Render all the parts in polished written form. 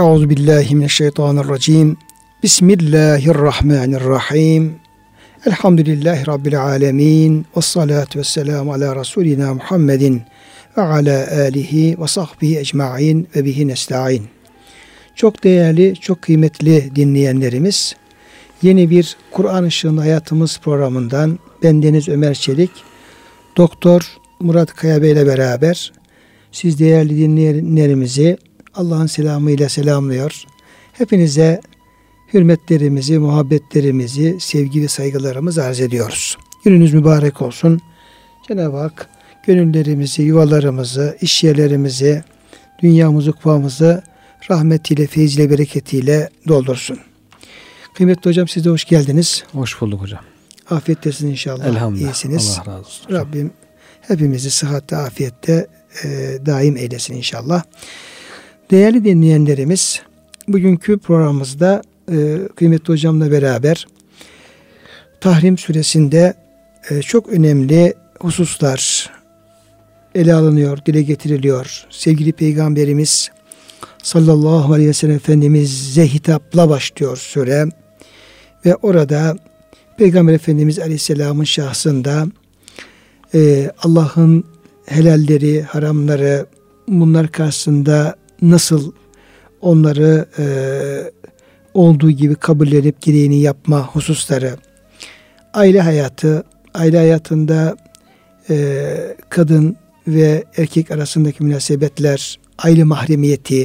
Euzubillahimineşşeytanirracim. Bismillahirrahmanirrahim. Elhamdülillahi Rabbil alemin. Vessalatu vesselamu ala Resulina Muhammedin ve ala alihi ve sahbihi ecma'in ve bihi nesta'in. Çok değerli, çok kıymetli dinleyenlerimiz, yeni bir Kur'an Işığında Hayatımız programından bendeniz Ömer Çelik, Doktor Murat Kaya Bey ile beraber siz değerli dinleyenlerimizi Allah'ın selamıyla selamlıyor. Hepinize hürmetlerimizi, muhabbetlerimizi, sevgi ve saygılarımızı arz ediyoruz. Gününüz mübarek olsun. Cenab-ı Hak gönüllerimizi, yuvalarımızı, iş yerlerimizi, dünyamızı, ukvamızı rahmetiyle, feyziyle, bereketiyle doldursun. Kıymetli hocam, siz de hoş geldiniz. Hoş bulduk hocam. Afiyettesiniz inşallah. Elhamdülillah. İyisiniz. Allah razı olsun. Rabbim hepimizi sıhhatte, afiyette daim eylesin inşallah. Değerli dinleyenlerimiz, bugünkü programımızda kıymetli hocamla beraber Tahrim suresinde çok önemli hususlar ele alınıyor, dile getiriliyor. Sevgili Peygamberimiz sallallahu aleyhi ve sellem Efendimiz'e hitapla başlıyor sure ve orada Peygamber Efendimiz aleyhisselamın şahsında Allah'ın helalleri, haramları, bunlar karşısında nasıl onları olduğu gibi kabullenip gereğini yapma hususları, aile hayatı, aile hayatında kadın ve erkek arasındaki münasebetler, aile mahremiyeti,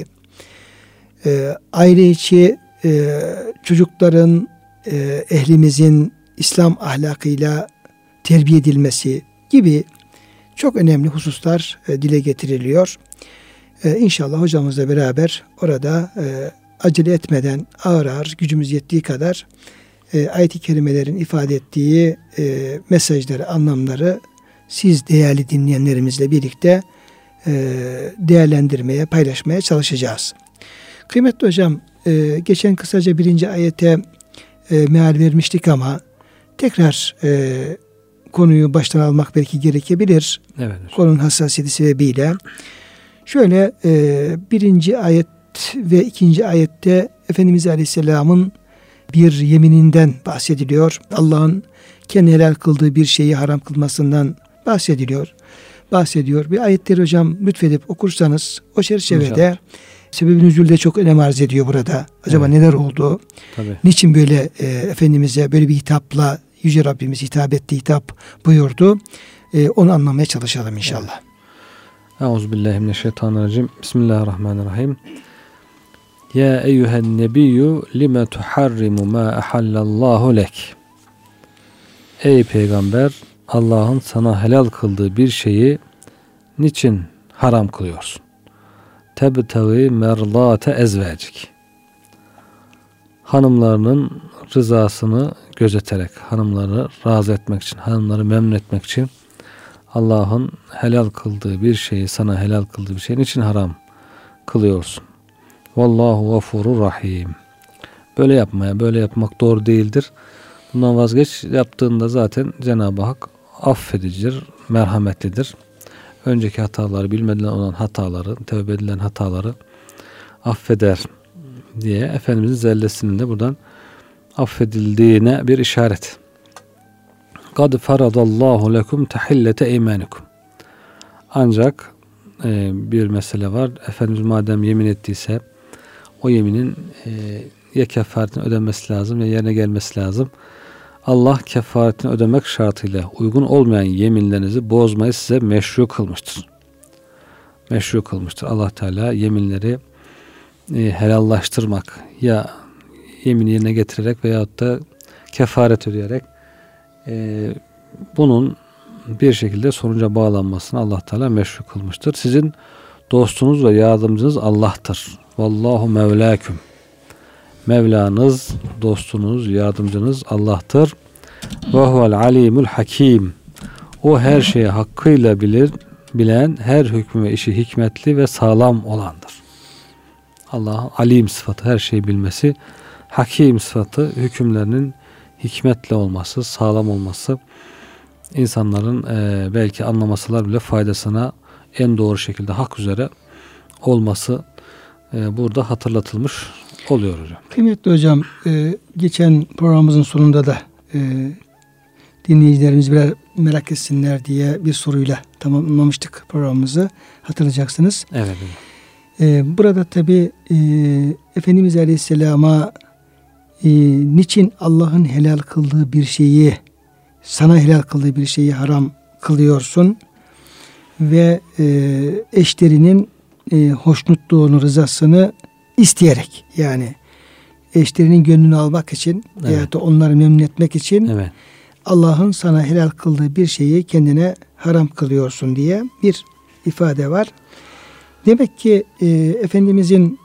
aile içi çocukların ehlimizin İslam ahlakıyla terbiye edilmesi gibi çok önemli hususlar dile getiriliyor. İnşallah hocamızla beraber orada acele etmeden ağır ağır gücümüz yettiği kadar ayet-i kerimelerin ifade ettiği mesajları, anlamları siz değerli dinleyenlerimizle birlikte değerlendirmeye, paylaşmaya çalışacağız. Kıymetli hocam, geçen kısaca birinci ayete meal vermiştik ama tekrar konuyu baştan almak belki gerekebilir. Evet. Konunun hassasiyeti sebebiyle. Şöyle birinci ayet ve ikinci ayette Efendimiz Aleyhisselam'ın bir yemininden bahsediliyor. Allah'ın kendi helal kıldığı bir şeyi haram kılmasından bahsediyor. Bir ayetleri hocam lütfedip okursanız o çerçevede İnşallah. Sebebin nüzulde çok önem arz ediyor burada. Acaba neler oldu? Tabii. Niçin böyle Efendimiz'e böyle bir hitapla Yüce Rabbimiz hitap etti, hitap buyurdu? Onu anlamaya çalışalım inşallah. Euzubillahimineşşeytanirracim. Bismillahirrahmanirrahim. Ya eyyühen nebiyyü lime tuharrimu ma ahallallahu lek. Ey peygamber, Allah'ın sana helal kıldığı bir şeyi niçin haram kılıyorsun? Tebtagi merdate ezvecik. Hanımlarının rızasını gözeterek, hanımları razı etmek için, hanımları memnun etmek için Allah'ın helal kıldığı bir şeyi, sana helal kıldığı bir şeyin için haram kılıyorsun. Vallahu gafurur rahim. Böyle yapmak doğru değildir. Bundan vazgeç. Yaptığında zaten Cenab-ı Hak affedicidir, merhametlidir. Önceki hataları, bilmedilen olan hataları, tevbe edilen hataları affeder diye Efendimizin zellesinin de buradan affedildiğine bir işaret. قَدْ فَرَضَ اللّٰهُ لَكُمْ تَحِلَّةَ اَيْمَانِكُمْ. Ancak bir mesele var. Efendimiz madem yemin ettiyse o yeminin ya kefaretini ödenmesi lazım ya yerine gelmesi lazım. Allah kefaretini ödemek şartıyla uygun olmayan yeminlerinizi bozmayı size meşru kılmıştır. Meşru kılmıştır. Allah Teala yeminleri helallaştırmak ya yemini yerine getirerek veyahut da kefaret ödeyerek bunun bir şekilde sonuca bağlanmasını Allah Teala meşru kılmıştır. Sizin dostunuz ve yardımcınız Allah'tır. Vallahu mevlâküm. Mevlanız, dostunuz, yardımcınız Allah'tır. Ve huvel alimul hakim. O her şeyi hakkıyla bilen, her hükmü ve işi hikmetli ve sağlam olandır. Allah'ın alim sıfatı, her şeyi bilmesi, hakim sıfatı, hükümlerinin hikmetle olması, sağlam olması, insanların belki anlamasalar bile faydasına en doğru şekilde hak üzere olması burada hatırlatılmış oluyor hocam. Kıymetli hocam, geçen programımızın sonunda da dinleyicilerimiz birer merak etsinler diye bir soruyla tamamlamıştık programımızı. Hatırlayacaksınız. Evet. Burada tabi Efendimiz Aleyhisselam'a niçin Allah'ın helal kıldığı bir şeyi, sana helal kıldığı bir şeyi haram kılıyorsun ve eşlerinin hoşnutluğunu, rızasını isteyerek, yani eşlerinin gönlünü almak için veya da onları memnun etmek için Allah'ın sana helal kıldığı bir şeyi kendine haram kılıyorsun diye bir ifade var. Demek ki Efendimizin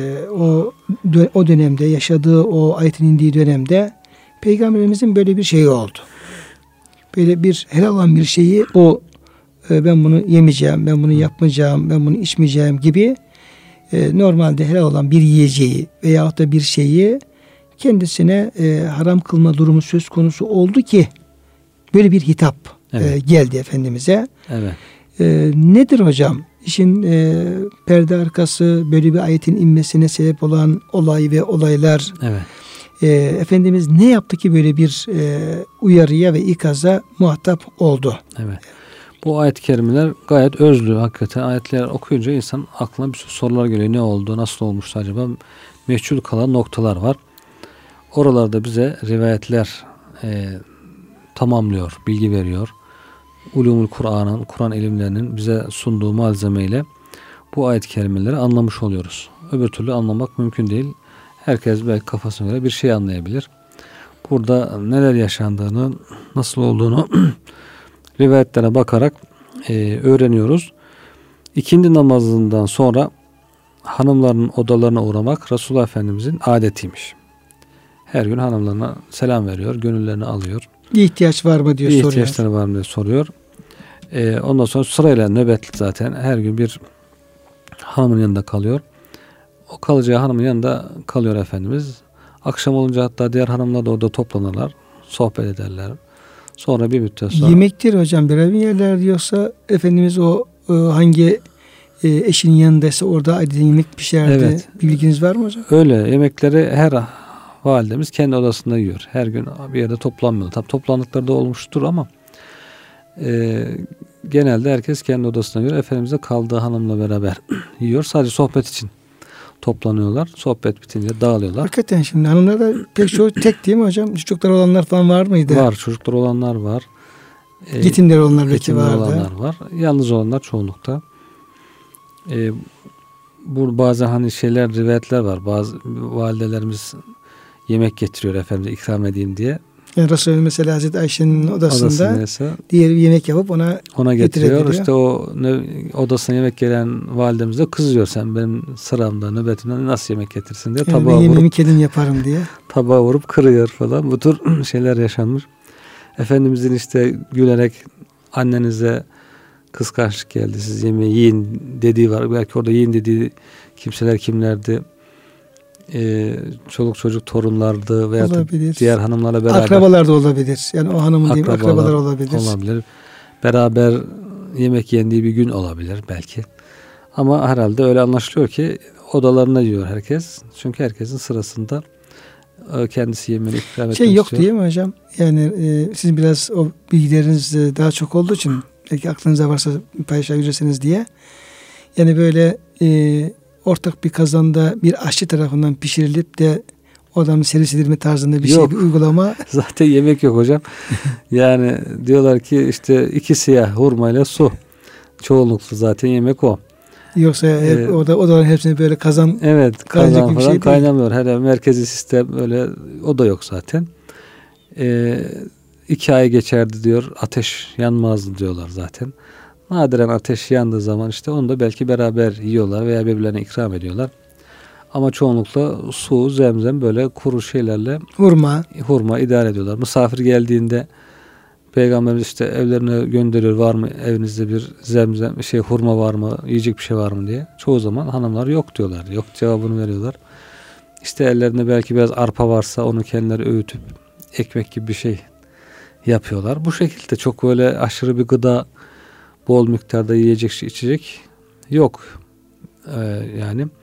o dönemde yaşadığı, o ayetin indiği dönemde Peygamberimizin böyle bir şeyi oldu. Böyle bir helal olan bir şeyi ben bunu yemeyeceğim, ben bunu yapmayacağım, ben bunu içmeyeceğim gibi normalde helal olan bir yiyeceği veyahut da bir şeyi kendisine haram kılma durumu söz konusu oldu ki böyle bir hitap geldi Efendimiz'e. Evet. Nedir hocam? İşin perde arkası, böyle bir ayetin inmesine sebep olan olay ve olaylar. Evet. Efendimiz ne yaptı ki böyle bir uyarıya ve ikaza muhatap oldu? Evet. Bu ayet-i kerimeler gayet özlü hakikaten. Ayetler okuyunca insan aklına bir sürü sorular geliyor. Ne oldu, nasıl olmuştu acaba? Meçhul kalan noktalar var. Oralarda bize rivayetler tamamlıyor, bilgi veriyor. Ulumul Kur'an'ın, Kur'an ilimlerinin bize sunduğu malzemeyle bu ayet-i kerimeleri anlamış oluyoruz. Öbür türlü anlamak mümkün değil. Herkes belki kafasına göre bir şey anlayabilir. Burada neler yaşandığını, nasıl olduğunu rivayetlere bakarak öğreniyoruz. İkindi namazından sonra hanımların odalarına uğramak Resulullah Efendimizin adetiymiş. Her gün hanımlarına selam veriyor, gönüllerini alıyor. Bir ihtiyaç var mı diyor, soruyor. İhtiyaçları var mı diye soruyor. Ondan sonra sırayla nöbetli zaten. Her gün bir hanımın yanında kalıyor. O kalacağı hanımın yanında kalıyor Efendimiz. Akşam olunca hatta diğer hanımlar da orada toplanırlar. Sohbet ederler. Sonra bir müddet sonra. Yemektir hocam, beraber yerler diyorsa Efendimiz hangi eşinin yanındaysa orada ayrıca yemek pişerdi. Evet. Bir bilginiz var mı hocam? Öyle. Yemekleri her validemiz kendi odasında yiyor. Her gün bir yerde toplanmıyor. Tabi toplandıkları da olmuştur ama genelde herkes kendi odasına yiyor. Efendimiz de kaldığı hanımla beraber yiyor. Sadece sohbet için toplanıyorlar. Sohbet bitince dağılıyorlar. Hakikaten şimdi hanımlar da pek çoğu tek değil mi hocam? Çocuklar olanlar falan var mıydı? Var. Çocuklar olanlar var. Yetimler olanlar belki vardı. Olanlar var. Yalnız olanlar çoğunlukta. Bu bazen hani rivayetler var. Bazı validelerimiz yemek getiriyor Efendimiz'e ikram edeyim diye. Yani Resulü mesela Hazreti Ayşe'nin odasında diğer bir yemek yapıp ona getiriyor. İşte o odasına yemek gelen validemiz de kızıyor. Sen benim sıramda, nöbetimde nasıl yemek getirsin diye. Yani ben yemeğimi kendim yaparım diye. Tabağa vurup kırıyor falan. Bu tür şeyler yaşanmış. Efendimizin işte gülerek annenize kıskançlık geldi, siz yemeği yiyin dediği var. Belki orada yiyin dediği kimseler kimlerdi? Çoluk çocuk torunlardı veya diğer hanımlarla beraber. Akrabalar da olabilir. Yani o hanımın değil, akrabalar olabilir. Beraber yemek yendiği bir gün olabilir belki. Ama herhalde öyle anlaşılıyor ki odalarına yiyor herkes. Çünkü herkesin sırasında kendisi yemeğini ikram etmek yok istiyor. Değil mi hocam? Yani sizin biraz o bilgileriniz daha çok olduğu için belki aklınıza varsa paylaşabilirsiniz diye. Yani böyle ortak bir kazanda bir aşçı tarafından pişirilip de o adamın servis edilme tarzında bir bir uygulama. Zaten yemek yok hocam. Yani diyorlar ki işte 2 siyah hurmayla su. Çoğunlukla zaten yemek o. Yoksa odaların hepsini böyle kazan kazan falan şey kaynamıyor. Her merkezi sistem öyle, o da yok zaten. 2 ay geçerdi diyor. Ateş yanmazdı diyorlar zaten. Nadiren ateş yandığı zaman işte onu da belki beraber yiyorlar veya birbirlerine ikram ediyorlar. Ama çoğunlukla su, zemzem böyle kuru şeylerle hurma idare ediyorlar. Misafir geldiğinde Peygamberimiz işte evlerine gönderiyor, var mı evinizde bir zemzem hurma var mı, yiyecek bir şey var mı diye. Çoğu zaman hanımlar yok diyorlar. Yok cevabını veriyorlar. İşte ellerinde belki biraz arpa varsa onu kendileri öğütüp ekmek gibi bir şey yapıyorlar. Bu şekilde çok öyle aşırı bir gıda, bol miktarda yiyecek içecek yok. Yani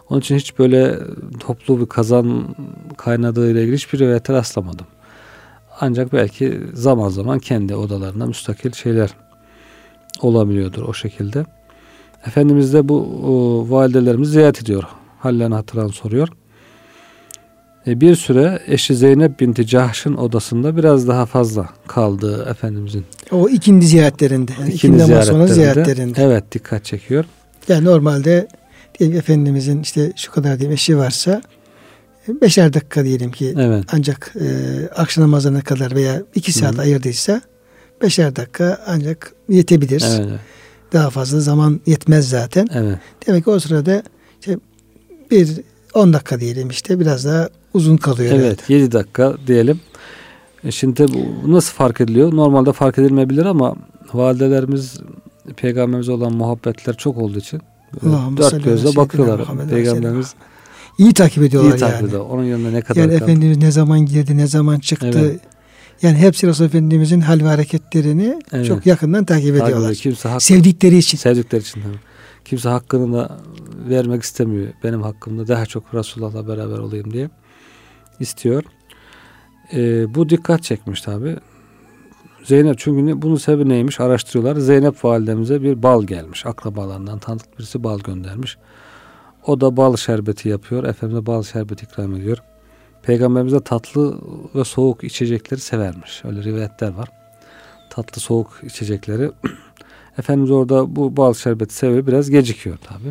Onun için hiç böyle toplu bir kazan kaynadığı ile ilgili hiçbir rivayete rastlamadım. Ancak belki zaman zaman kendi odalarında müstakil şeyler olabiliyordur o şekilde. Efendimiz de bu validelerimizi ziyaret ediyor. Hallerini hatırlarını soruyor. Bir süre eşi Zeynep binti Cahş'ın odasında biraz daha fazla kaldı Efendimizin. O ikindi ziyaretlerinde. Yani İkindi sonra ziyaretlerinde. Evet, dikkat çekiyor. Yani normalde diyelim Efendimizin işte şu kadar diyelim eşi varsa 5'er dakika diyelim ki Evet. ancak akşam namazına kadar veya 2 saat ayırdıysa 5'er dakika ancak yetebilir. Evet. Daha fazla zaman yetmez zaten. Evet. Demek ki o sırada işte 10 dakika diyelim işte biraz daha uzun kalıyor. Evet, 7 dakika diyelim. Şimdi bu nasıl fark ediliyor? Normalde fark edilmeyebilir ama validelerimiz Peygamberimize olan muhabbetler çok olduğu için dört gözle bakıyorlar. Peygamberimiz iyi takip ediyorlar iyi takip ediyor. Onun yanında ne kadar yani Efendimiz ne zaman girdi, ne zaman çıktı. Evet. Yani hepsi Resulullah Efendimizin hal ve hareketlerini çok yakından takip ediyorlar. Sevdikleri için. Sevdikleri için. Kimse hakkını da vermek istemiyor. Benim hakkımda daha çok Resulullah'la beraber olayım diye istiyor. Bu dikkat çekmiş tabi. Zeynep, çünkü bunun sebebi neymiş araştırıyorlar. Zeynep validemize bir bal gelmiş. Akrabalarından tanıdık birisi bal göndermiş. O da bal şerbeti yapıyor. Efendimiz'e bal şerbeti ikram ediyor. Peygamberimiz de tatlı ve soğuk içecekleri severmiş. Öyle rivayetler var. Tatlı soğuk içecekleri. Efendimiz orada bu bal şerbeti sebebi biraz gecikiyor tabi.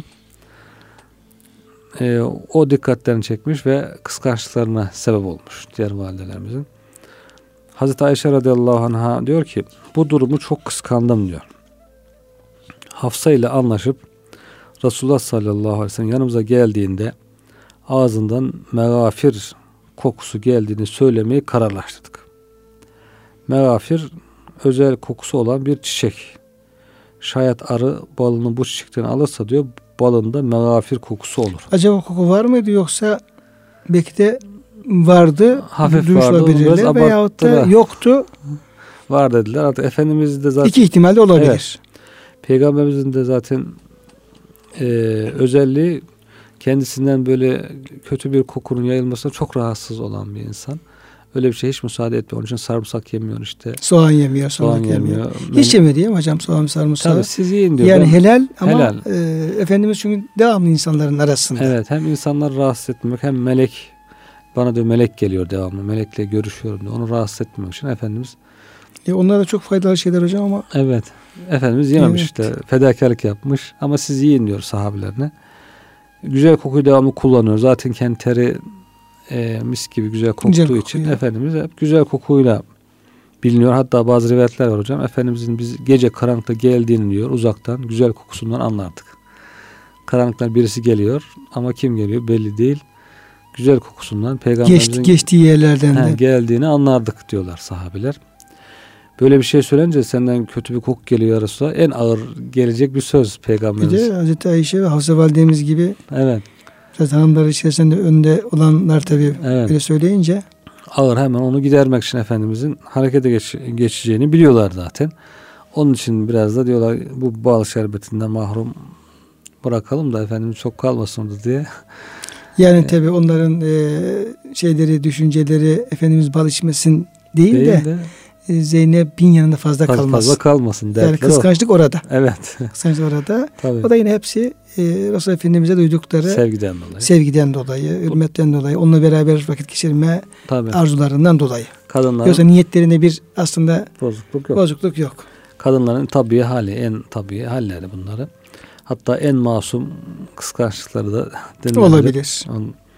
O dikkatlerini çekmiş ve kıskançlıklarına sebep olmuş diğer validelerimizin. Hazreti Ayşe radıyallahu anh'a diyor ki bu durumu çok kıskandım diyor. Hafsa ile anlaşıp Resulullah sallallahu aleyhi ve sellem yanımıza geldiğinde ağzından megafir kokusu geldiğini söylemeyi kararlaştırdık. Megafir özel kokusu olan bir çiçek. Şayet arı balını bu çiçekten alırsa diyor balında megafir kokusu olur. Acaba koku var mıydı yoksa belki de vardı. Hafif vardı. Veyahut da yoktu. Var dediler. Artık Efendimiz de zaten. İki ihtimal de olabilir. Evet. Peygamberimizin de zaten özelliği kendisinden böyle kötü bir kokunun yayılmasına çok rahatsız olan bir insan. Öyle bir şey hiç müsaade etmiyor. Onun için sarımsak yemiyor işte. Soğan yemiyor. Soğan yemiyor. Hiç yemiyor değil mi hocam soğan sarımsak? Tabii siz yiyin diyor. Yani helal ama Efendimiz çünkü devamlı insanların arasında. Evet, hem insanları rahatsız etmemek hem melek, bana diyor melek geliyor devamlı. Melekle görüşüyorum diyor. Onu rahatsız etmemek için Efendimiz. Onlar da çok faydalı şeyler hocam ama. Evet. Efendimiz yememiş işte. Fedakarlık yapmış. Ama siz yiyin diyor sahabelerine. Güzel kokuyu devamlı kullanıyor. Zaten kendi teri mis gibi güzel koktuğu için Efendimiz hep güzel kokuyla biliniyor. Hatta bazı rivayetler var hocam. Efendimizin biz gece karanlıkta geldiğini diyor. Uzaktan güzel kokusundan anlardık. Karanlıktan birisi geliyor ama kim geliyor belli değil. Güzel kokusundan Peygamberimizin geçtiği yerlerden de geldiğini anlardık diyorlar sahabeler. Böyle bir şey söyleyince senden kötü bir koku geliyor arasında en ağır gelecek bir söz Peygamberimiz. Bir de Hazreti Ayşe ve Hafsa validemiz gibi zaten hanımlar içerisinde önde olanlar tabii böyle söyleyince ağır, hemen onu gidermek için Efendimizin harekete geçeceğini biliyorlar zaten. Onun için biraz da diyorlar bu bal şerbetinden mahrum bırakalım da Efendimiz çok kalmasın orada diye. Yani tabii onların şeyleri, düşünceleri Efendimiz bal içmesin değil de Zeynep'in yanında fazla kalmasın. Fazla kalmasın. Yani kıskançlık orada. Evet. Kıskançlık orada. Tabii. O da yine hepsi Resulullah Efendimiz'e duydukları sevgiden dolayı, hürmetten dolayı, onunla beraber vakit geçirme arzularından dolayı. Kadınların yoksa niyetlerinde bir aslında bozukluk yok. Kadınların tabii hali, en tabii halleri bunları. Hatta en masum kıskançlıkları da olabilir.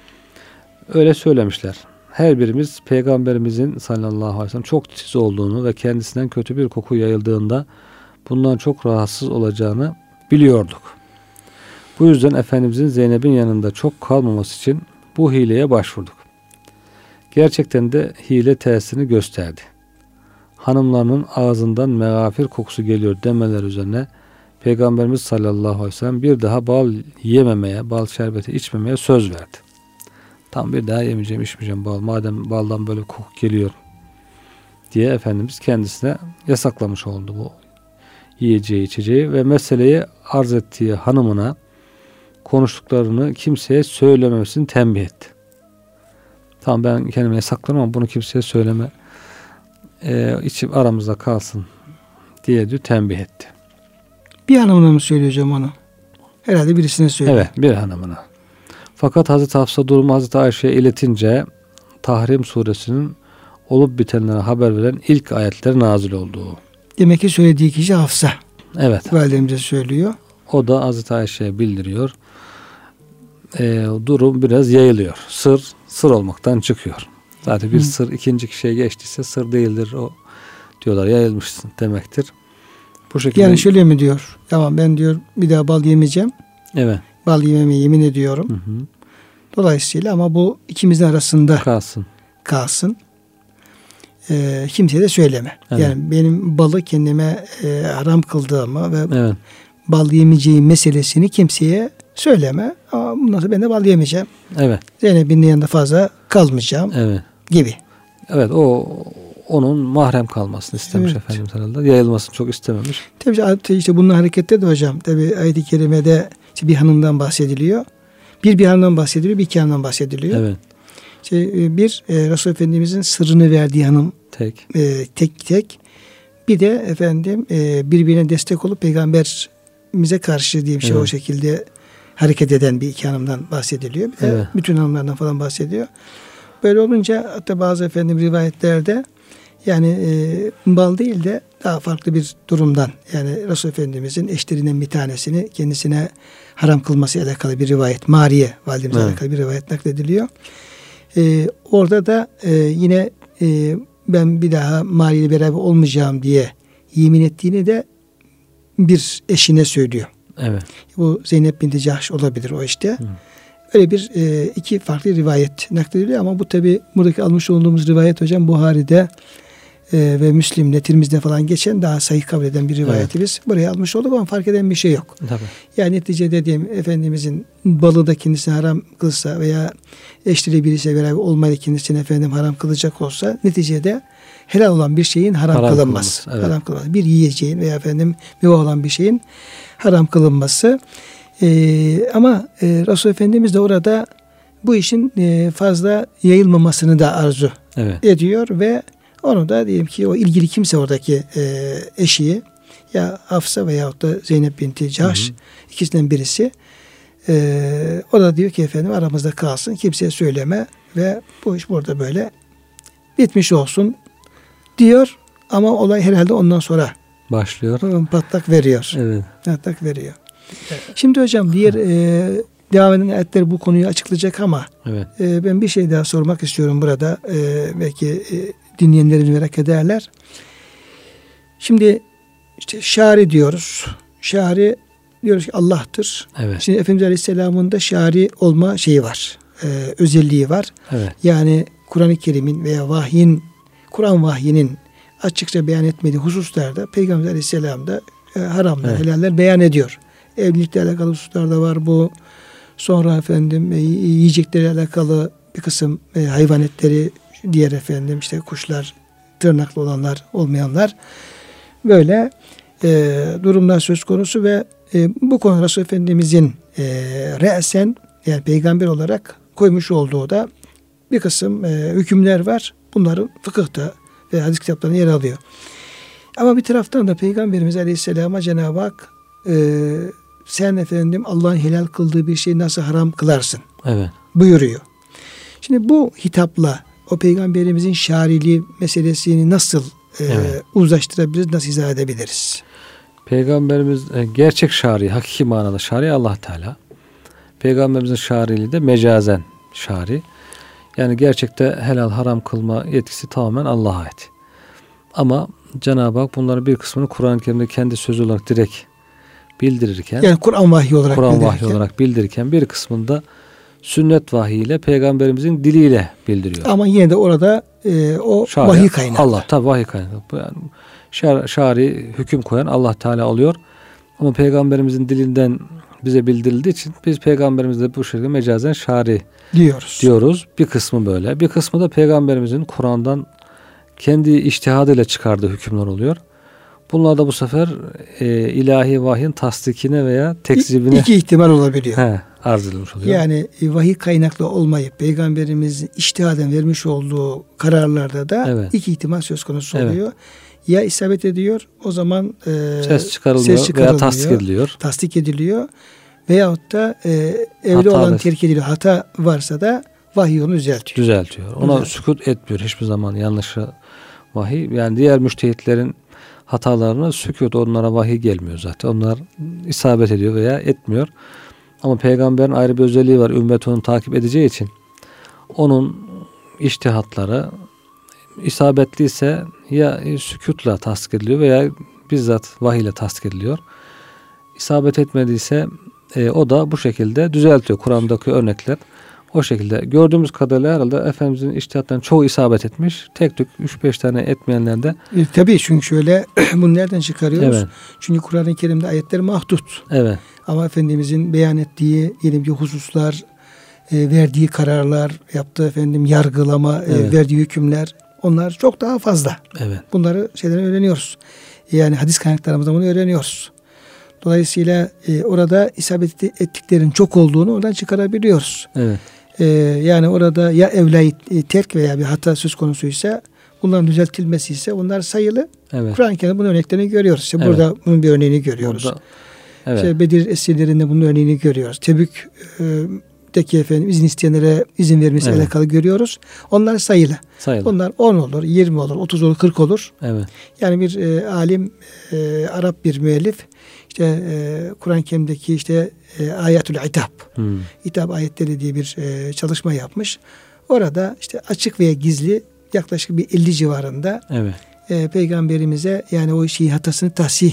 Öyle söylemişler. Her birimiz Peygamberimizin sallallahu aleyhi ve sellem çok titiz olduğunu ve kendisinden kötü bir koku yayıldığında bundan çok rahatsız olacağını biliyorduk. Bu yüzden Efendimizin Zeynep'in yanında çok kalmaması için bu hileye başvurduk. Gerçekten de hile tesirini gösterdi. Hanımlarının ağzından megafir kokusu geliyor demeler üzerine Peygamberimiz sallallahu aleyhi ve sellem bir daha bal yememeye, bal şerbeti içmemeye söz verdi. Tam bir daha yemeyeceğim, içmeyeceğim bal. Madem baldan böyle koku geliyor diye Efendimiz kendisine yasaklamış oldu bu yiyeceği, içeceği ve meseleyi arz ettiği hanımına konuştuklarını kimseye söylememesini tembih etti. Tamam, ben kendime saklarım ama bunu kimseye söyleme. İçim aramızda kalsın diye diyor, tembih etti. Bir hanımına mı söylüyor hocam onu? Herhalde birisine söylüyor. Evet, bir hanımına. Fakat Hazreti Hafsa durumu Hazreti Ayşe'ye iletince Tahrim suresinin olup bitenlere haber veren ilk ayetler nazil oldu. Demek ki söylediği kişi Hafsa. Evet. Validemize söylüyor. O da Hazreti Ayşe'ye bildiriyor. Durum biraz yayılıyor. Sır olmaktan çıkıyor. Zaten bir sır ikinci kişiye geçtiyse sır değildir. O diyorlar yayılmışsın demektir. Bu şekilde. Yani şöyle mi diyor? Tamam, ben diyor bir daha bal yemeyeceğim. Evet. Bal yememeye yemin ediyorum. Hı. Dolayısıyla ama bu ikimizin arasında kalsın. Kimseye de söyleme. Evet. Yani benim balı kendime haram kıldığımı ve evet. bal yemeyeceğim meselesini kimseye söyleme. Ama bundan sonra ben de bal yemeyeceğim. Evet. Zeynep'in yanında fazla kalmayacağım. Evet. Gibi. Evet, o onun mahrem kalmasını istemiş, evet. Efendimiz herhalde. Yayılmasını çok istememiş. Tabii işte bunun harekette de hocam. Tabii ayet-i kerimede işte bir hanımdan bahsediliyor. Bir hanımdan bahsediliyor, bir iki hanımdan bahsediliyor. Evet. Resul Efendimizin sırrını verdiği hanım tek. Bir de efendim birbirine destek olup peygamberimize karşı diyeyim o şekilde hareket eden bir iki hanımdan bahsediliyor. Bir de bütün hanımlardan falan bahsediyor. Böyle olunca hatta bazı efendim rivayetlerde yani bal değil de daha farklı bir durumdan, yani Resul Efendimizin eşlerinden bir tanesini kendisine haram kılması ile alakalı bir rivayet, Mariye validemizle alakalı bir rivayet naklediliyor. Orada da yine ben bir daha Mariye ile beraber olmayacağım diye yemin ettiğini de bir eşine söylüyor. Evet. Bu Zeynep binti Cahş olabilir o işte. Öyle bir iki farklı rivayet naklediliyor ama bu tabi buradaki almış olduğumuz rivayet hocam Buhari'de ve Müslim'de, Tirmiz'de falan geçen daha sahih kabul eden bir rivayeti biz buraya almış olduk ama fark eden bir şey yok. Tabii. Yani neticede diyeyim Efendimizin balı da kendisine haram kılsa veya eşleri birisiyle beraber olmayı kendisine efendim haram kılacak olsa neticede helal olan bir şeyin haram kılınması. Evet. Haram kılınması. Bir yiyeceğin veya efendim mübah olan bir şeyin haram kılınması. Ama Resul Efendimiz de orada bu işin fazla yayılmamasını da arzu ediyor ve onu da diyelim ki o ilgili kimse oradaki eşi ya Hafsa veyahut da Zeynep binti Cahş ikisinden birisi o da diyor ki efendim aramızda kalsın, kimseye söyleme ve bu iş burada böyle bitmiş olsun diyor ama olay herhalde ondan sonra başlıyor. Patlak veriyor. Evet. Patlak veriyor. Şimdi hocam diğer devam eden ayetler bu konuyu açıklayacak ama ben bir şey daha sormak istiyorum burada. Belki dinleyenlerimiz merak ederler. Şimdi işte şari diyoruz. Şari diyoruz ki Allah'tır. Evet. Şimdi Efendimiz Aleyhisselam'ın da şari olma şeyi var. Özelliği var. Evet. Yani Kur'an-ı Kerim'in veya Kur'an vahyinin açıkça beyan etmediği hususlarda Peygamber Aleyhisselam da haramlar, helaller beyan ediyor. Evlilikle alakalı hususlar da var bu. Sonra efendim yiyeceklerle alakalı bir kısım hayvan etleri, diğer efendim işte kuşlar, tırnaklı olanlar, olmayanlar böyle durumlar söz konusu ve bu konu Resul Efendimizin re'sen yani peygamber olarak koymuş olduğu da bir kısım hükümler var. Bunların fıkıhta ve hadis kitaplarında yer alıyor. Ama bir taraftan da Peygamberimiz Aleyhisselam'a Cenab-ı Hak sen efendim Allah'ın helal kıldığı bir şeyi nasıl haram kılarsın? Buyuruyor. Şimdi bu hitapla o Peygamberimizin şariliği meselesini nasıl uzlaştırabiliriz, nasıl izah edebiliriz? Peygamberimiz gerçek şari, hakiki manada şari Allah Teala. Peygamberimizin şariliği de mecazen şari. Yani gerçekte helal haram kılma yetkisi tamamen Allah'a ait. Ama Cenab-ı Hak bunların bir kısmını Kur'an-ı Kerim'de kendi sözü olarak direkt bildirirken, yani Kur'an vahyi olarak bildirirken bir kısmında sünnet vahiyiyle peygamberimizin diliyle bildiriyor. Ama yine de orada o şari, vahiy kaynağı. Allah tabi vahiy kaynağı. Yani şari hüküm koyan Allah Teala oluyor. Ama peygamberimizin dilinden bize bildirildiği için biz peygamberimizle bu şekilde mecazen şari diyoruz. Bir kısmı böyle. Bir kısmı da peygamberimizin Kur'an'dan kendi içtihadıyla çıkardığı hükümler oluyor. Bunlar da bu sefer ilahi vahyin tasdikine veya tekzibine iki ihtimal olabiliyor. arz edilmiş oluyor. Yani vahiy kaynaklı olmayıp Peygamberimizin içtihaden vermiş olduğu kararlarda da iki ihtimal söz konusu oluyor. Ya isabet ediyor, o zaman ses çıkarılmıyor veya tasdik ediliyor. Veyahut da evli olan terk ediliyor. Hata varsa da vahiy onu düzeltiyor. Ona sükut etmiyor hiçbir zaman yanlışı vahiy. Yani diğer müştehitlerin hatalarına sükut, onlara vahiy gelmiyor zaten. Onlar isabet ediyor veya etmiyor. Ama peygamberin ayrı bir özelliği var. Ümmet onu takip edeceği için onun içtihatları isabetliyse ya sükutla tasdik ediliyor veya bizzat vahiyle tasdik ediliyor. İsabet etmediyse o da bu şekilde düzeltiyor. Kur'an'daki örnekler o şekilde. Gördüğümüz kadarıyla herhalde Efendimizin içtihatlarının çoğu isabet etmiş. Tek tük 3-5 tane etmeyenler de. Tabii, çünkü şöyle bunu nereden çıkarıyoruz? Çünkü Kur'an-ı Kerim'de ayetler mahdut. Ama Efendimizin beyan ettiği diyelim ki hususlar, verdiği kararlar, yaptığı yargılama, verdiği hükümler, onlar çok daha fazla. Bunları öğreniyoruz. Yani hadis kaynaklarımızda bunu öğreniyoruz. Dolayısıyla orada isabet ettiklerin çok olduğunu oradan çıkarabiliyoruz. Yani orada ya evlayı terk veya bir hata söz konusuysa, bunların düzeltilmesi ise onlar sayılı. Kur'an-ı Kerim'de bunun örneklerini görüyoruz. Burada bunun bir örneğini görüyoruz. Bedir esirlerinde bunun örneğini görüyoruz. Tebük'teki izin isteyenlere izin vermesi alakalı görüyoruz. Onlar sayılı. Onlar 10 olur, 20 olur, 30 olur, 40 olur. Yani bir alim, Arap bir müellif, Kur'an-ı Kerim'deki ayetül İtab ayetleri diye bir çalışma yapmış. Orada açık veya gizli yaklaşık bir 50 civarında Peygamberimize yani o hatasını tahsih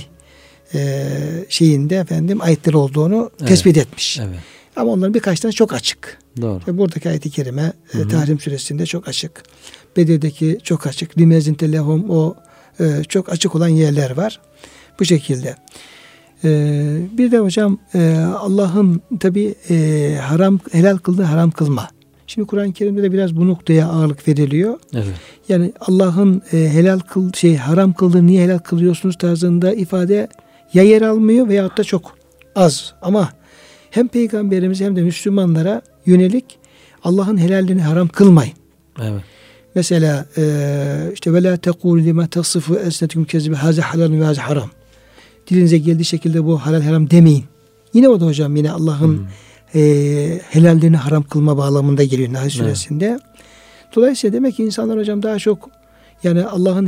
ayetler olduğunu tespit etmiş. Ama onların birkaç tane çok açık. Buradaki ayet-i kerime Tahrim suresinde çok açık. Bedir'deki çok açık. Limezinte lehum, o çok açık olan yerler var. Bu şekilde. Bir de hocam Allah'ın tabi helal kıldığı haram kılma. Şimdi Kur'an-ı Kerim'de de biraz bu noktaya ağırlık veriliyor. Yani Allah'ın haram kıldığı niye helal kılıyorsunuz tarzında ifade ya yer almıyor veyahut da çok az. Ama hem Peygamberimize hem de Müslümanlara yönelik Allah'ın helalliğini haram kılmayın. Mesela ve la tekul lima tasifu esnetukum kezibe haza halal ve haza haram. Dilinize geldiği şekilde bu halal haram demeyin. Yine o da hocam Allah'ın helallerini haram kılma bağlamında geliyor Nahl suresinde. Dolayısıyla demek ki insanlar hocam daha çok yani Allah'ın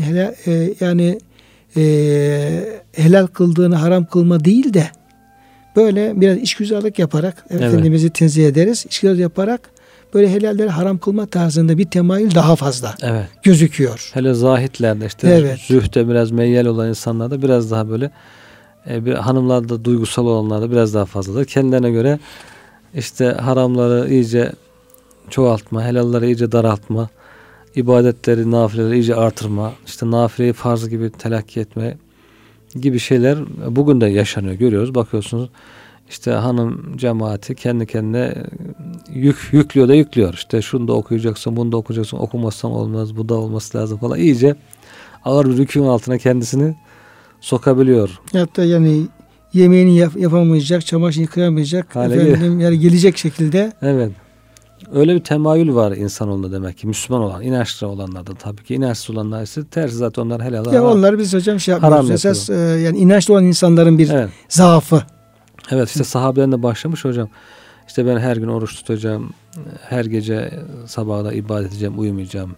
helal kıldığını haram kılma değil de böyle biraz işgüzarlık yaparak Efendimiz'i tenzih ederiz. İşgüzarlık yaparak böyle helalleri haram kılma tarzında bir temayül daha fazla gözüküyor. Hele zahitlerde zühde biraz meyyal olan insanlarda biraz daha böyle bir hanımlarda duygusal olanlarda biraz daha fazladır. Kendilerine göre haramları iyice çoğaltma, helalleri iyice daraltma, ibadetleri, nafileleri iyice artırma, nafileyi farz gibi telakki etme gibi şeyler bugün de yaşanıyor, görüyoruz. Bakıyorsunuz hanım cemaati kendi kendine yüklüyor. Şunu da okuyacaksın, bunu da okuyacaksın, okumazsan olmaz, bu da olması lazım falan. İyice ağır bir yükün altına kendisini sokabiliyor. Hatta yani yemeğini yapamayacak, çamaşır yıkayamayacak, gelecek şekilde. Öyle bir temayül var insanoğlunda demek ki. Müslüman olan, inançlı olanlarda tabii ki. İnançsız olanlar ise tersi, zaten onlar helal. Ya onlar biz hocam yapmıyoruz. Esas yani inançlı olan insanların bir zaafı. Sahabeden de başlamış hocam. Ben her gün oruç tutacağım. Her gece sabahda ibadet edeceğim, uyumayacağım.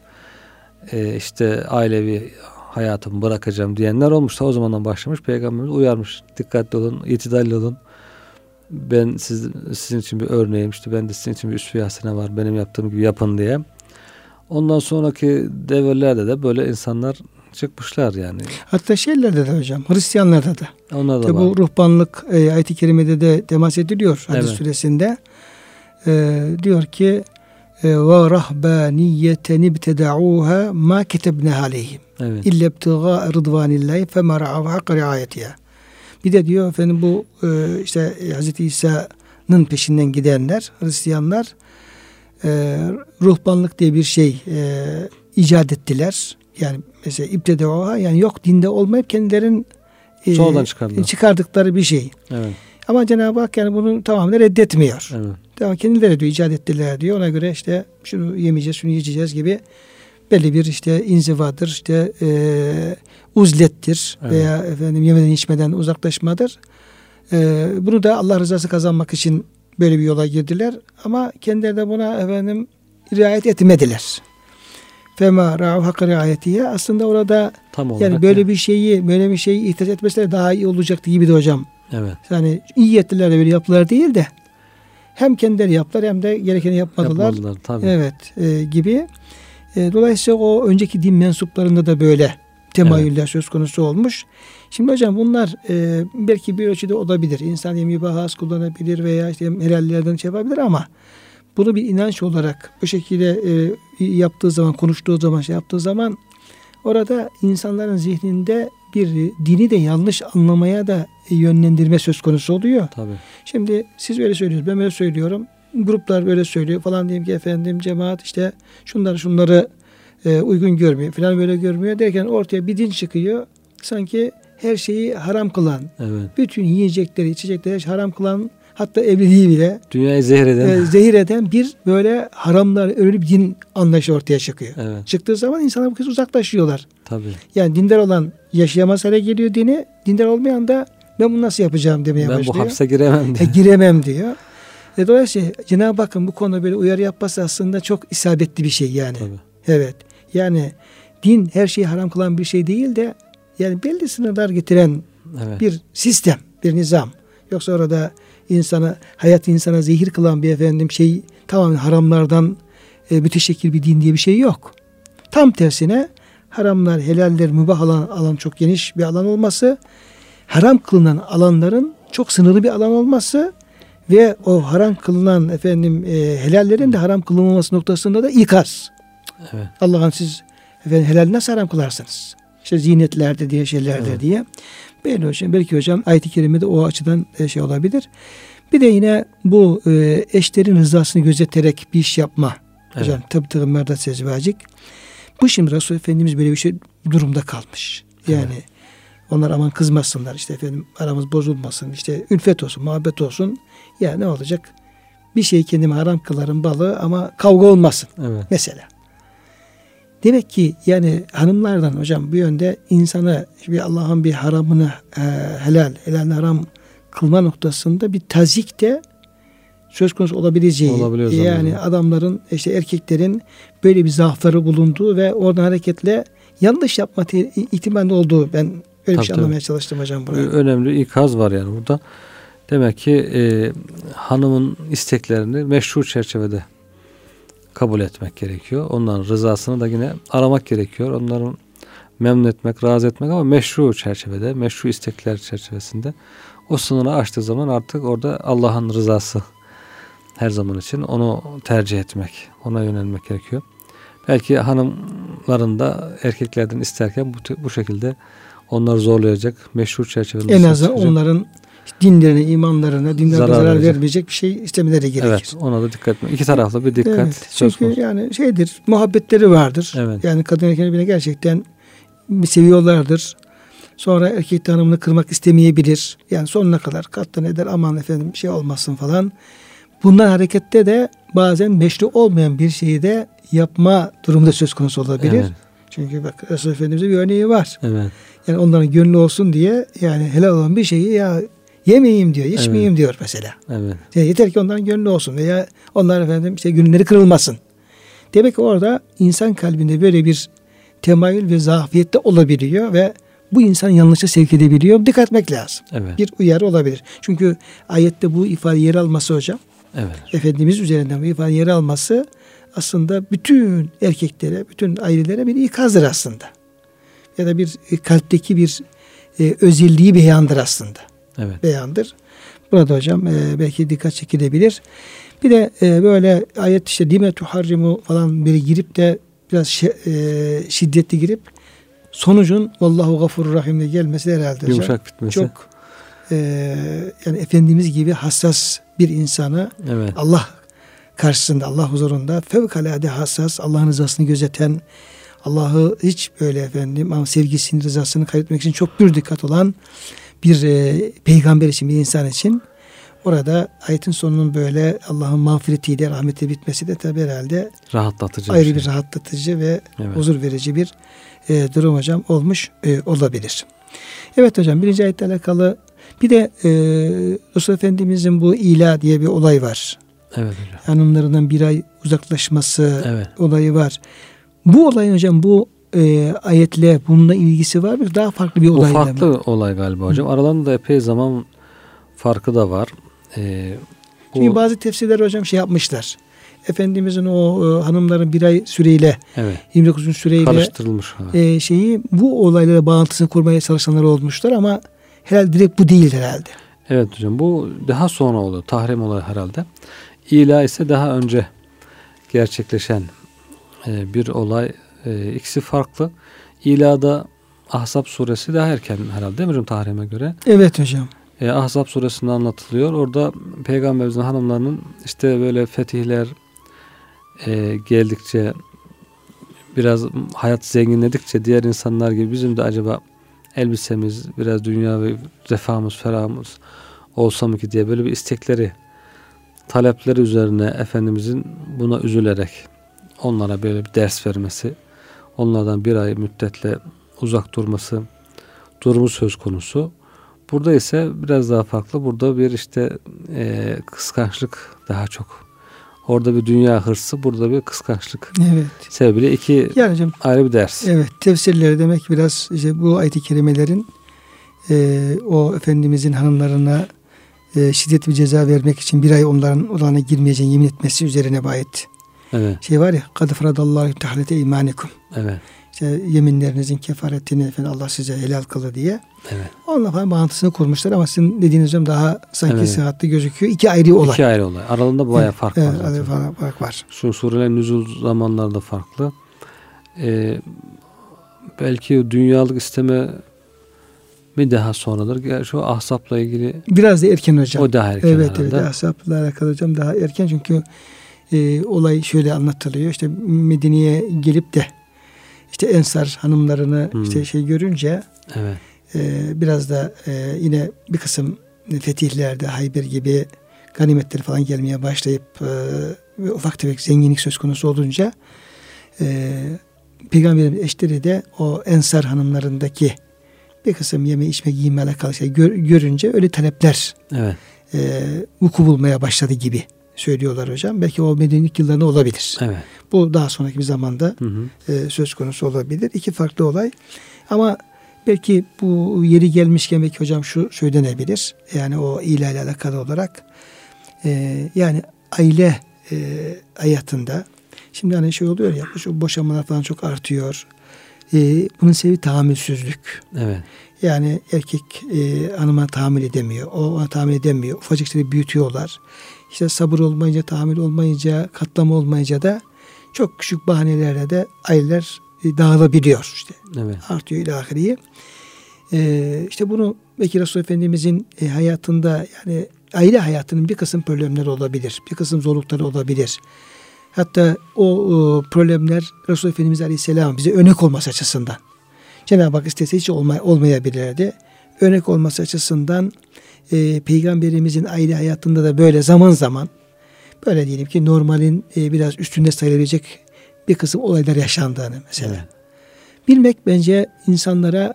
Ailevi hayatımı bırakacağım diyenler olmuş. O zamandan başlamış. Peygamberimiz uyarmış. Dikkatli olun, itidalli olun. Ben sizin için bir örneğim. Ben de sizin için bir üsve-i hasene var. Benim yaptığım gibi yapın diye. Ondan sonraki devirlerde de böyle insanlar çıkmışlar yani. Hatta şeylerde de hocam, Hristiyanlarda da. Onlar da bu ruhbanlık ayet-i kerimede de temas ediliyor hadis suresinde. Diyor ki ve rahbaniyeten ibteda'uha ma ketebna aleyhim illa ibtigâ rıdvanillahi fema ra'av hak riayetiha. Bir de diyor bu Hz. İsa'nın peşinden gidenler, Hristiyanlar ruhbanlık diye bir şey icat ettiler. Yani mesela ibteda'uha, yani yok dinde olmayıp kendilerin sonradan çıkardıkları bir şey. Ama Cenab-ı Hak yani bunu tamamen reddetmiyor. Evet. Tamam, kendileri diyor, icat ettiler diyor. Ona göre işte şunu yemeyeceğiz, şunu yiyeceğiz gibi belli bir işte inzivadır, işte uzlettir, veya efendim yemeden içmeden uzaklaşmadır. Bunu da Allah rızası kazanmak için böyle bir yola girdiler. Ama kendileri de buna efendim riayet etmediler. Fema ra'u hakka riayetiye. Aslında orada yani böyle bir şeyi ihtiyaç etmeseler daha iyi olacaktı gibi de hocam. Evet. Yani iyi ettiler de böyle yaptılar değil de hem kendileri yaptılar hem de gerekeni yapmadılar. Tabii. Evet, gibi. Dolayısıyla o önceki din mensuplarında da böyle temayüller söz konusu olmuş. Şimdi hocam bunlar belki bir ölçüde olabilir. İnsan mübahı az kullanabilir veya işte helallerden şey yapabilir ama bunu bir inanç olarak bu şekilde yaptığı zaman, konuştuğu zaman, şey yaptığı zaman orada insanların zihninde bir dini de yanlış anlamaya da yönlendirme söz konusu oluyor. Tabii. Şimdi siz öyle söylüyorsunuz, ben öyle söylüyorum. Gruplar böyle söylüyor falan, diyeyim ki efendim cemaat işte şunları uygun görmüyor falan, böyle görmüyor derken ortaya bir din çıkıyor. Sanki her şeyi haram kılan, bütün yiyecekleri, içecekleri haram kılan, hatta evliliği bile dünyayı zehir eden bir böyle haramlar, öyle bir din anlayışı ortaya çıkıyor. Evet. Çıktığı zaman insanlar bu kez uzaklaşıyorlar. Tabii. Yani dindar olan yaşayamaz hale geliyor dini, dindar olmayan da ben bunu nasıl yapacağım demeye başlıyor. Ben bu hapse giremem diyor. Giremem diyor. Dolayısıyla Cenab-ı Hakk'ın bu konuda böyle uyarı yapması aslında çok isabetli bir şey yani. Tabii. Evet. Yani din her şeyi haram kılan bir şey değil de yani belli sınırlar getiren bir sistem, bir nizam. Yoksa orada hayat insana zehir kılan bir efendim şey, tamamen haramlardan müteşekkil bir din diye bir şey yok. Tam tersine haramlar, helaller, mübah alan çok geniş bir alan olması, haram kılınan alanların çok sınırlı bir alan olması ve o haram kılınan helallerin de haram kılınmaması noktasında da ikaz. Evet. Allah'ın siz helal nasıl haram kılarsınız? İşte zinetlerde diye, şeylerde diye. Belki hocam ayet-i kerimede o açıdan şey olabilir. Bir de yine bu eşlerin rızasını gözeterek bir iş yapma. Hocam tabi merdat sezvacik. Bu şimdi Resul Efendimiz böyle bir şey durumda kalmış. Yani onlar aman kızmasınlar, işte efendim aramız bozulmasın, işte ülfet olsun, muhabbet olsun. Ya ne olacak? Bir şeyi kendime haram kılarım balığı ama kavga olmasın. Mesela. Demek ki yani hanımlardan hocam bu yönde insana Allah'ın bir haramını helalini haram kılma noktasında bir tazik de söz konusu olabileceği. Yani adamların, işte erkeklerin böyle bir zaafları bulunduğu ve oradan hareketle yanlış yapma ihtimali olduğu, ben öyle bir şey anlamaya çalıştım hocam burada. Önemli ikaz var yani burada. Demek ki hanımın isteklerini meşru çerçevede kabul etmek gerekiyor. Onların rızasını da yine aramak gerekiyor. Onların memnun etmek, razı etmek ama meşru çerçevede, meşru istekler çerçevesinde. O sınırı aştığı zaman artık orada Allah'ın rızası her zaman için, onu tercih etmek, ona yönelmek gerekiyor. Belki hanımların da erkeklerden isterken bu şekilde onları zorlayacak, meşru çerçevede. En azından onların dinlerine, imanlarına, zarar vermeyecek bir şey istemeleri gerekir. Evet, ona da dikkat etmek. İki taraflı bir dikkat söz konusu. Çünkü yani muhabbetleri vardır. Yani kadın erkek birbirine gerçekten seviyorlardır. Sonra erkek de hanımını kırmak istemeyebilir. Yani sonuna kadar katlan eder, aman efendim şey olmasın falan. Bundan harekette de bazen meşru olmayan bir şeyi de yapma durumunda söz konusu olabilir. Çünkü bak Resulullah Efendimiz'e bir örneği var. Yani onların gönlü olsun diye yani helal olan bir şeyi ya yemeyeyim diyor, içmeyeyim diyor mesela. Yani yeter ki onların gönlü olsun veya onlar gönülleri kırılmasın. Demek ki orada insan kalbinde böyle bir temayül ve zafiyet de olabiliyor ve bu insan yanlışa sevk edebiliyor. Dikkat etmek lazım. Bir uyarı olabilir. Çünkü ayette bu ifade yer alması hocam. Efendimiz üzerinden bu ifade yer alması aslında bütün erkeklere, bütün ailelere bir ikazdır aslında. Ya da bir kalpteki bir özelliği beyandır aslında. Beyandır. Burada hocam belki dikkat çekilebilir. Bir de böyle ayet işte dime tuharrimu falan böyle girip de biraz şiddetli girip sonucun vallahu gafurur rahim'le gelmesi herhalde hocam. Yumuşak bitmesi. Çok yani Efendimiz gibi hassas bir insana Allah karşısında, Allah huzurunda fevkalade hassas, Allah'ın rızasını gözeten, Allah'ı hiç böyle ama sevgisini, rızasını kaybetmek için çok bir dikkat olan bir peygamber için, bir insan için orada ayetin sonunun böyle Allah'ın mağfiretiyle, rahmetiyle bitmesi de tabi herhalde rahatlatıcı ayrı bir rahatlatıcı ve evet. huzur verici bir durum hocam olmuş olabilir. Evet hocam, birinci ayetle alakalı bir de Resul Efendimizin bu ila diye bir olay var. Evet hocam. Hanımlarından bir ay uzaklaşması evet. olayı var. Bu olayın hocam bu ayetle bununla ilgisi var mı? Daha farklı bir olay mı? Bu farklı olay galiba hocam. Aralarında epey zaman farkı da var. Çünkü bazı tefsirler hocam şey yapmışlar. Efendimizin o hanımların bir ay süreyle, evet. 29 gün süreyle karıştırılmış. Şeyi bu olaylara bağlantısını kurmaya çalışanlar olmuşlar ama herhalde direkt bu değil herhalde. Evet hocam, bu daha sonra oluyor. Tahrim olayı herhalde. İla ise daha önce gerçekleşen bir olay. İkisi farklı. İla'da Ahzab suresi daha erken herhalde değil mi hocam tahrime göre? Evet hocam. Ahzab suresinde anlatılıyor. Orada Peygamberimizin hanımlarının işte böyle fetihler geldikçe, biraz hayat zenginledikçe diğer insanlar gibi bizim de acaba elbisemiz, biraz dünyavi refahımız, ferahımız olsa mı ki diye böyle bir istekleri, talepleri üzerine Efendimizin buna üzülerek onlara böyle bir ders vermesi, onlardan bir ay müddetle uzak durması durumu söz konusu. Burada ise biraz daha farklı. Burada bir işte kıskançlık daha çok. Orada bir dünya hırsı, burada bir kıskançlık. Evet. Sebebiyle iki yani hocam, ayrı bir ders. Evet. Tefsirleri demek biraz işte bu ayet-i kerimelerin o Efendimizin hanımlarına şiddetli bir ceza vermek için bir ay onların odana girmeyeceğine yemin etmesi üzerine bu ayet. Evet. Şey var ya, kad faradallahu tahlete imanikum. Evet. İşte yeminlerinizin kefaretini efendim Allah size helal kılı diye. Evet. Onunla falan bağlantısını kurmuşlar ama sizin dediğiniz hocam daha sanki evet. sıhhatli gözüküyor. İki ayrı olay. İki ayrı olay. Aralarında bayağı fark var. Evet, fark var. Şu surelerin nüzul zamanlarda farklı. Belki dünyalık isteme mi daha sonradır? Şu Ahzab'la ilgili biraz da erken hocam. O daha erken evet, herhalde. Evet, Ahzab'la alakalı hocam daha erken çünkü olay şöyle anlatılıyor. İşte Medine'ye gelip de işte Ensar hanımlarını işte şey görünce evet. Biraz da yine bir kısım fetihlerde Hayber gibi ganimetleri falan gelmeye başlayıp ufak tefek zenginlik söz konusu olunca Peygamberimiz eşleri de o Ensar hanımlarındaki bir kısım yeme içme giyinme alakalı şey görünce öyle talepler evet. Vuku bulmaya başladı gibi söylüyorlar hocam. Belki o Medine'lik yıllarında olabilir. Evet. Bu daha sonraki bir zamanda söz konusu olabilir. İki farklı olay. Ama belki bu yeri gelmişken belki hocam şu söylenebilir. Yani o ilah ile alakalı olarak yani aile hayatında şimdi hani şey oluyor ya, şu boşanmalar falan çok artıyor. Bunun sebebi tahammülsüzlük. Evet. Yani erkek hanıma tahammül edemiyor. O ona tahammül edemiyor. Ufacık şeyleri büyütüyorlar. İşte sabır olmayınca, tahammül olmayınca, katlama olmayınca da çok küçük bahanelerle de aileler dağılabiliyor işte. Evet. Artıyor ilahiriyi. İşte bunu belki Resul Efendimizin hayatında yani aile hayatının bir kısım problemleri olabilir. Bir kısım zorlukları olabilir. Hatta o problemler Resul Efendimiz Aleyhisselam bize örnek olması açısından. Cenab-ı Hak istese hiç olmayabilirdi. Örnek olması açısından Peygamberimizin aile hayatında da böyle zaman zaman böyle diyelim ki normalin biraz üstünde sayılabilecek bir kısım olaylar yaşandığını mesela. Evet. Bilmek bence insanlara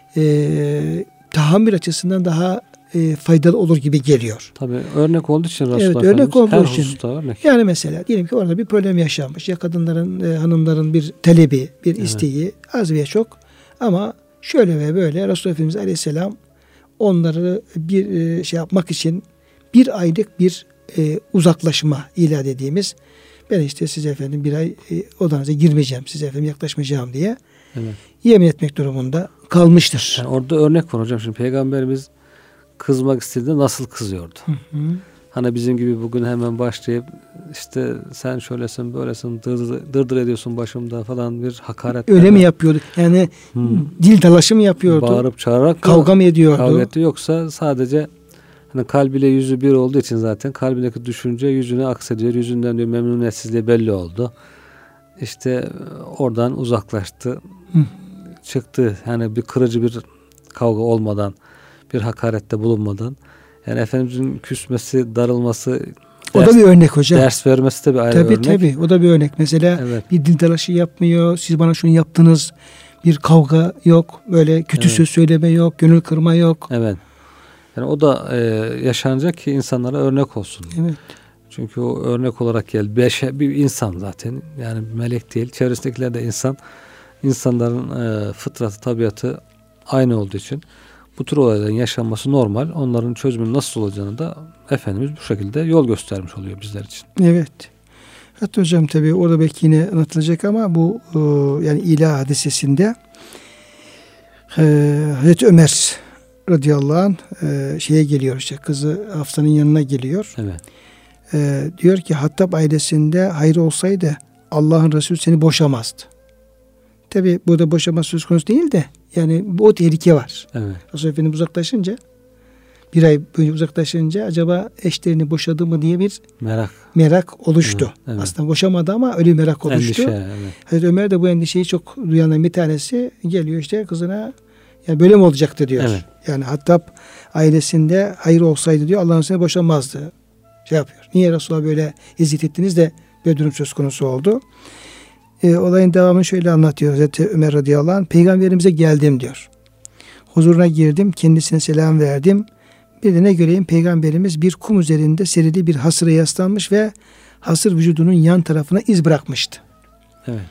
tahammül açısından daha faydalı olur gibi geliyor. Tabii örnek olduğu için Resulullah evet, örnek olduğu için. Örnek. Yani mesela diyelim ki orada bir problem yaşanmış. Ya kadınların, hanımların bir talebi, bir isteği az veya çok ama şöyle ve böyle Resulullah Efendimiz Aleyhisselam onları bir şey yapmak için bir aylık bir uzaklaşma ilan dediğimiz, ben işte size efendim bir ay odanıza girmeyeceğim, size efendim yaklaşmayacağım diye yemin etmek durumunda kalmıştır. Yani orada örnek var hocam. Şimdi Peygamberimiz kızmak istediğinde nasıl kızıyordu? Hı hı. Hani bizim gibi bugün hemen başlayıp işte sen şöylesin böylesin dırdır ediyorsun başımda falan bir hakaret. Öyle mi yapıyordu? Yani dil dalaşı mı yapıyordu? Bağırıp çağırarak kavga mı ediyordu? Kavga etti. Yoksa sadece hani kalbiyle yüzü bir olduğu için zaten kalbindeki düşünce yüzüne aksediyor. Yüzünden diyor memnuniyetsizliği belli oldu. İşte oradan uzaklaştı. Çıktı. Yani bir kırıcı bir kavga olmadan, bir hakarette bulunmadan Yani Efendimizin küsmesi, darılması, o da bir örnek hocam. Ders vermesi de bir ayrı tabii, örnek. Tabii o da bir örnek. Mesela bir dil dalaşı yapmıyor. Siz bana şunu yaptınız. Bir kavga yok. Böyle kötü söz söyleme yok. Gönül kırma yok. Evet. Yani o da yaşanacak ki insanlara örnek olsun. Evet. Çünkü o örnek olarak bir insan zaten. Yani melek değil. Çevresindekiler de insan. İnsanların fıtratı, tabiatı aynı olduğu için bu tür olayların yaşanması normal. Onların çözümünün nasıl olacağını da Efendimiz bu şekilde yol göstermiş oluyor bizler için. Evet. Hatta hocam tabii orada belki yine anlatılacak ama bu yani İlah hadisesinde Hazreti Ömer radıyallahu anh şeye geliyor, işte kızı Hafsa'nın yanına geliyor. Evet. Diyor ki Hattab ailesinde hayır olsaydı Allah'ın Resulü seni boşamazdı. Tabi burada boşama söz konusu değil de yani o tehlike var. Evet. Resulullah Efendimiz uzaklaşınca, bir ay boyunca uzaklaşınca acaba eşlerini boşadı mı diye bir merak oluştu. Evet. Aslında boşamadı ama öyle bir merak oluştu. Endişe, evet. Hazreti Ömer de bu endişeyi çok duyanların bir tanesi, geliyor işte kızına, yani böyle mi olacaktı diyor. Evet. Yani Hattab ailesinde hayır olsaydı diyor Allah'ın seni boşamazdı. Şey yapıyor. Niye Resulullah böyle eziyet ettiniz de böyle durum söz konusu oldu. Olayın devamını şöyle anlatıyor Hazreti Ömer radıyallahu anh. Peygamberimize geldim diyor. Huzuruna girdim, kendisine selam verdim. Bir de ne göreyim, Peygamberimiz bir kum üzerinde serili bir hasıra yaslanmış ve hasır vücudunun yan tarafına iz bırakmıştı. Evet.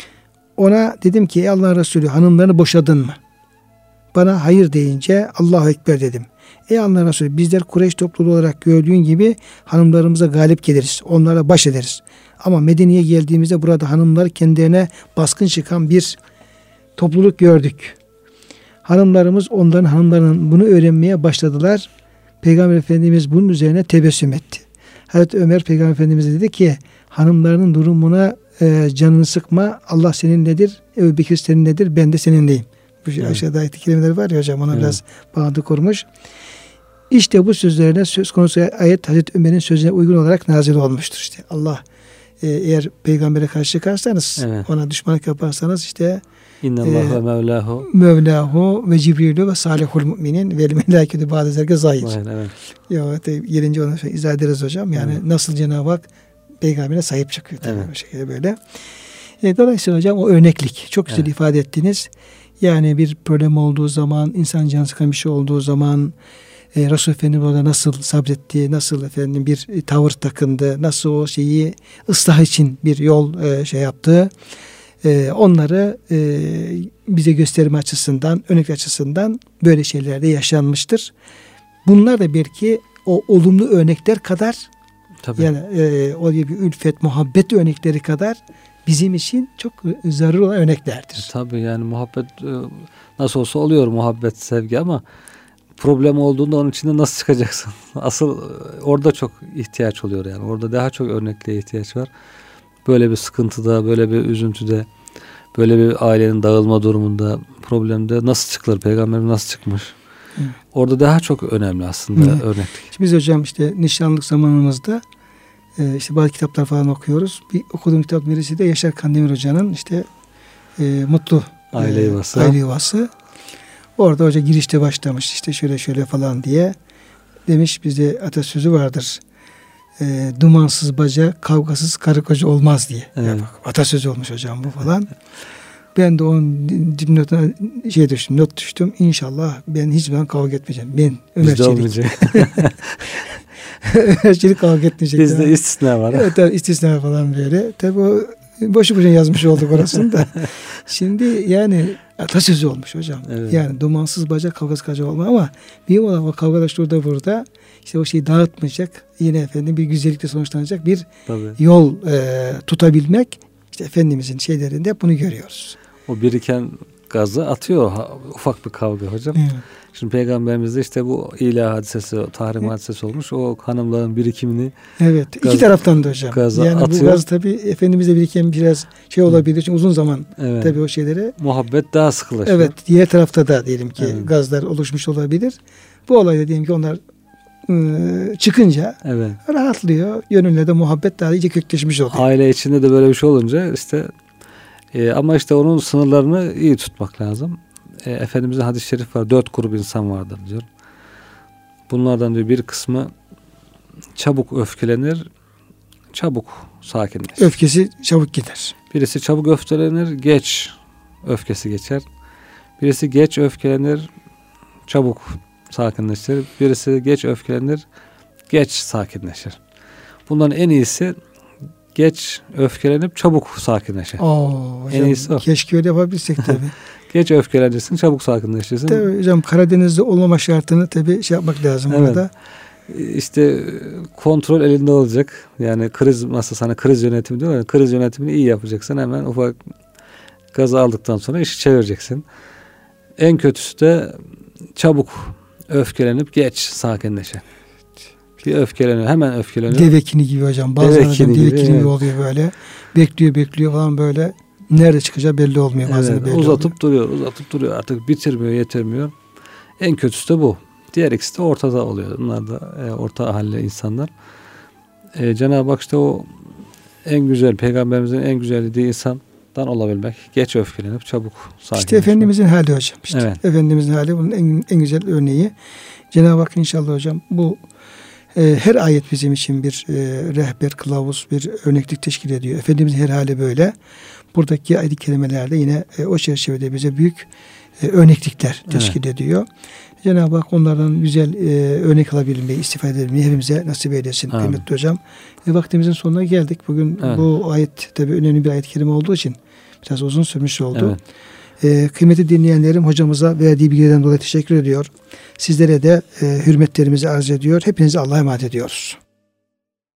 Ona dedim ki ey Allah'ın Resulü, hanımlarını boşadın mı? Bana hayır deyince Allahu Ekber dedim. Ey Allah'ın Resulü, bizler Kureyş topluluğu olarak gördüğün gibi hanımlarımıza galip geliriz. Onlara baş ederiz. Ama Medine'ye geldiğimizde burada hanımlar kendilerine baskın çıkan bir topluluk gördük. Hanımlarımız onların hanımlarının bunu öğrenmeye başladılar. Peygamber Efendimiz bunun üzerine tebessüm etti. Hazreti Ömer Peygamber Efendimiz'e dedi ki hanımlarının durumuna canını sıkma. Allah seninledir. Ebu Bekir seninledir. Ben de seninleyim. Bu aşağıda ayet-i kerimeler var ya hocam, ona biraz bağlantı kurmuş. İşte bu sözlerine söz konusu ayet Hazreti Ömer'in sözüne uygun olarak nazil olmuştur. İşte Allah eğer peygambere karşı çıkarsanız, ona düşmanlık yaparsanız işte İnnallâhu ve Mevlahu ve Cibrilü ve salihul müminin ve melâketü bâde zerke zahir. Evet. Ya gelince onu izah ederiz hocam. Yani nasıl Cenab-ı Hak peygambere sahip çıkıyor. Evet. Bu şekilde böyle. Dolayısıyla hocam o örneklik. Çok güzel ifade ettiniz. Yani bir problem olduğu zaman, insan canı sıkan bir şey olduğu zaman Resul Efendimiz orada nasıl sabretti, nasıl efendim bir tavır takındı, nasıl o şeyi ıslah için bir yol şey yaptı. Onları bize gösterme açısından, örnek açısından böyle şeylerde yaşanmıştır. Bunlar da belki o olumlu örnekler kadar, yani o gibi ülfet, muhabbet örnekleri kadar bizim için çok zararlı olan örneklerdir. Tabii yani muhabbet nasıl olsa oluyor, muhabbet, sevgi, ama problem olduğunda onun içinde nasıl çıkacaksın? Asıl orada çok ihtiyaç oluyor yani. Orada daha çok örnekliğe ihtiyaç var. Böyle bir sıkıntıda, böyle bir üzüntüde, böyle bir ailenin dağılma durumunda, problemde nasıl çıkılır? Peygamber nasıl çıkmış? Orada daha çok önemli aslında örneklik. Biz hocam işte nişanlık zamanımızda işte bazı kitaplar falan okuyoruz. Bir okuduğum kitap birisi de Yaşar Kandemir Hoca'nın işte Mutlu Aile Yuvası. Orada hoca girişte başlamış işte şöyle falan diye. Demiş bizde atasözü vardır. Dumansız baca, kavgasız karı koca olmaz diye. Evet. Atasözü olmuş hocam bu falan. Ben de onun dipnotuna not düştüm. İnşallah ben hiçbir zaman kavga etmeyeceğim. Ben Ömer Çelik. Ömer Çelik kavga etmeyecek. Bizde istisna var. Evet, tabii istisna falan böyle. Tabii o boşu boşuna yazmış olduk orasını da. Şimdi yani atasözü olmuş hocam. Evet. Yani dumansız bacak kavgası kaca olma, ama bir olan o kavgalar şurada burada işte o şeyi dağıtmayacak, yine efendim bir güzellikle sonuçlanacak bir yol tutabilmek, işte Efendimizin şeylerinde hep bunu görüyoruz. O biriken gazı atıyor ufak bir kavga hocam. Evet. Şimdi Peygamberimizde işte bu ilah hadisesi, tahrim hadisesi olmuş. O hanımların birikimini iki taraftan da hocam. Yani atıyor. Bu gaz tabii Efendimiz'de biriken biraz şey olabilir. Çünkü uzun zaman tabii o şeylere. Muhabbet daha sıkılaşıyor. Evet. Diğer tarafta da diyelim ki gazlar oluşmuş olabilir. Bu olayda diyelim ki onlar çıkınca rahatlıyor. Gönüllerde muhabbet daha iyice kökleşmiş oluyor. Aile içinde de böyle bir şey olunca işte ama işte onun sınırlarını iyi tutmak lazım. Efendimizin hadis-i şerif var. 4 grup insan vardır diyor. Bunlardan diyor bir kısmı çabuk öfkelenir, çabuk sakinleşir. Öfkesi çabuk gider. Birisi çabuk öfkelenir, geç öfkesi geçer. Birisi geç öfkelenir, çabuk sakinleşir. Birisi geç öfkelenir, geç sakinleşir. Bunların en iyisi geç öfkelenip çabuk sakinleşir. Hocam, en iyisi o. Keşke öyle yapabilsek tabii. Geç öfkelenirsin, çabuk sakinleşirsin. Tabii hocam, Karadeniz'de olmama şartını tabii yapmak lazım evet. burada. İşte kontrol elinde olacak. Yani kriz masası, hani kriz yönetimi diyorlar. Yani kriz yönetimini iyi yapacaksın. Hemen ufak gazı aldıktan sonra işi çevireceksin. En kötüsü de çabuk öfkelenip geç sakinleşen. Bir öfkeleniyor, hemen öfkeleniyor. Devekini gibi hocam. Bazen devekini gibi evet. oluyor böyle. Bekliyor falan böyle. Nerede çıkacağı belli olmuyor. Bazen evet, belli uzatıp duruyor. Artık bitirmiyor, yetirmiyor. En kötüsü de bu. Diğer ikisi de ortada oluyor. Bunlar da orta halli insanlar. Cenab-ı Hak işte o en güzel, Peygamberimizin en güzel dediği insandan olabilmek. Geç öfkelenip çabuk sakinleşmek. İşte Efendimizin hali hocam. İşte evet. Efendimizin hali bunun en güzel örneği. Cenab-ı Hak inşallah hocam bu her ayet bizim için bir rehber, kılavuz, bir örneklik teşkil ediyor. Efendimizin her hali böyle. Buradaki ayet-i kerimelerde yine o çerçevede bize büyük örneklikler teşkil ediyor. Cenab-ı Hak onlardan güzel örnek alabilmeyi, istifade edebilmeyi hepimize nasip eylesin kıymetli hocam. Vaktimizin sonuna geldik. Bugün bu ayet tabii önemli bir ayet-i kerime olduğu için biraz uzun sürmüş oldu. Kıymetli dinleyenlerim, hocamıza verdiği bilgilerden dolayı teşekkür ediyor. Sizlere de hürmetlerimizi arz ediyor. Hepinize Allah'a emanet ediyoruz.